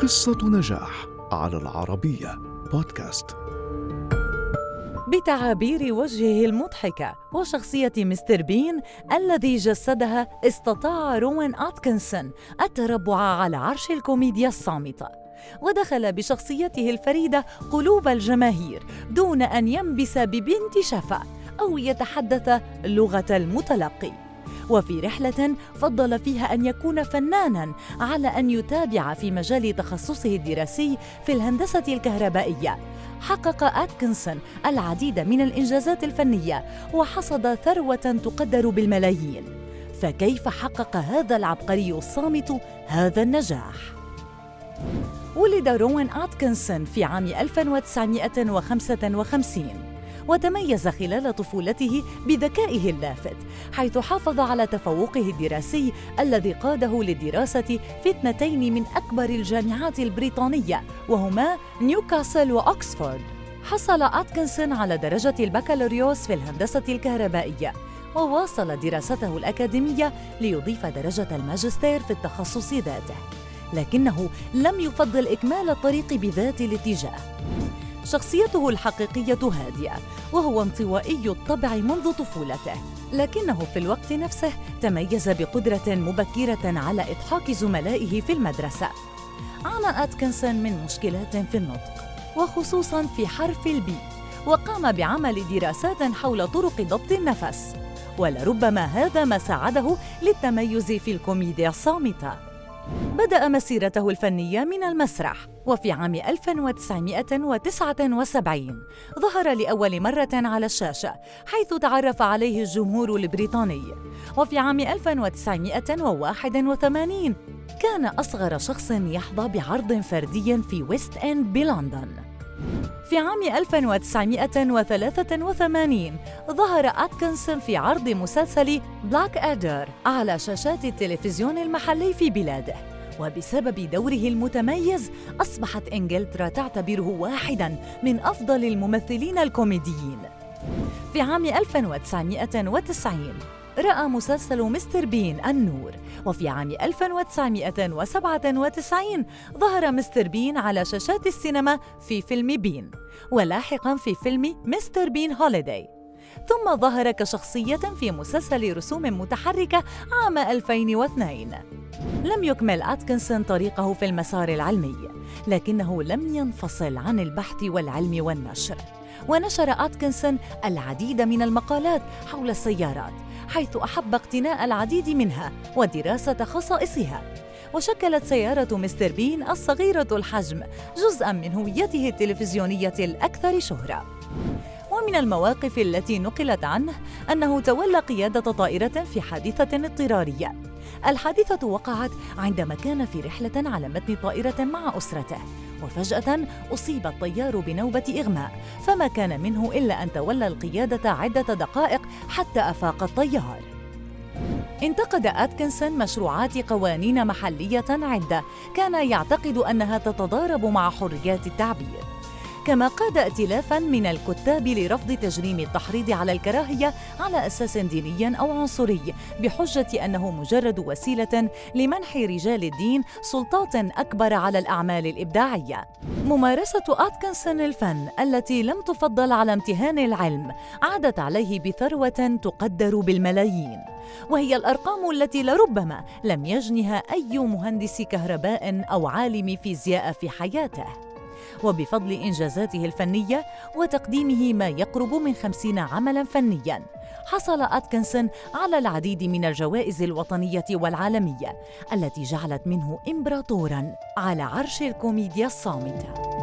قصة نجاح على العربية بودكاست. بتعابير وجهه المضحكة وشخصية مستر بين الذي جسدها، استطاع روان أتكنسون التربع على عرش الكوميديا الصامتة، ودخل بشخصيته الفريدة قلوب الجماهير دون أن ينبس ببنت شفا أو يتحدث لغة المتلقي. وفي رحلة فضل فيها أن يكون فناناً على أن يتابع في مجال تخصصه الدراسي في الهندسة الكهربائية، حقق أتكنسون العديد من الإنجازات الفنية وحصد ثروة تقدر بالملايين. فكيف حقق هذا العبقري الصامت هذا النجاح؟ ولد روان أتكنسون في عام 1955، وتميز خلال طفولته بذكائه اللافت، حيث حافظ على تفوقه الدراسي الذي قاده للدراسة في 2 من أكبر الجامعات البريطانية، وهما نيوكاسل وأكسفورد. حصل أتكنسون على درجة البكالوريوس في الهندسة الكهربائية، وواصل دراسته الأكاديمية ليضيف درجة الماجستير في التخصص ذاته، لكنه لم يفضل إكمال الطريق بذات الاتجاه. شخصيته الحقيقية هادئة، وهو انطوائي الطبع منذ طفولته، لكنه في الوقت نفسه تميز بقدرة مبكرة على إضحاك زملائه في المدرسة. عانى أتكنسون من مشكلات في النطق، وخصوصاً في حرف البي، وقام بعمل دراسات حول طرق ضبط النفس، ولربما هذا ما ساعده للتميز في الكوميديا الصامتة. بدأ مسيرته الفنية من المسرح، وفي عام 1979 ظهر لأول مرة على الشاشة، حيث تعرف عليه الجمهور البريطاني. وفي عام 1981 كان أصغر شخص يحظى بعرض فردي في ويست إند بلندن. في عام 1983 ظهر أتكنسون في عرض مسلسل بلاك أدر على شاشات التلفزيون المحلي في بلاده، وبسبب دوره المتميز أصبحت إنجلترا تعتبره واحداً من أفضل الممثلين الكوميديين. في عام 1990 رأى مسلسل مستر بين النور، وفي عام 1997 ظهر مستر بين على شاشات السينما في فيلم بين، ولاحقاً في فيلم مستر بين هوليداي، ثم ظهر كشخصية في مسلسل رسوم متحركة عام 2002. لم يكمل أتكنسون طريقه في المسار العلمي، لكنه لم ينفصل عن البحث والعلم والنشر، ونشر أتكنسون العديد من المقالات حول السيارات، حيث أحب اقتناء العديد منها ودراسة خصائصها. وشكلت سيارة مستر بين الصغيرة الحجم جزءاً من هويته التلفزيونية الأكثر شهرة. ومن المواقف التي نقلت عنه أنه تولى قيادة طائرة في حادثة اضطرارية. الحادثة وقعت عندما كان في رحلة على متن طائرة مع أسرته، وفجأة أصيب الطيار بنوبة إغماء، فما كان منه إلا أن تولى القيادة عدة دقائق حتى أفاق الطيار. انتقد أتكنسون مشروعات قوانين محلية عدة كان يعتقد أنها تتضارب مع حريات التعبير، كما قاد ائتلافاً من الكتاب لرفض تجريم التحريض على الكراهية على أساس ديني أو عنصري، بحجة أنه مجرد وسيلة لمنح رجال الدين سلطات أكبر على الأعمال الإبداعية. ممارسة أتكنسون الفن التي لم تفضل على امتهان العلم عادت عليه بثروة تقدر بالملايين، وهي الأرقام التي لربما لم يجنها أي مهندس كهرباء أو عالم فيزياء في حياته. وبفضل إنجازاته الفنية وتقديمه ما يقرب من 50 عملاً فنياً، حصل أتكنسون على العديد من الجوائز الوطنية والعالمية التي جعلت منه إمبراطوراً على عرش الكوميديا الصامتة.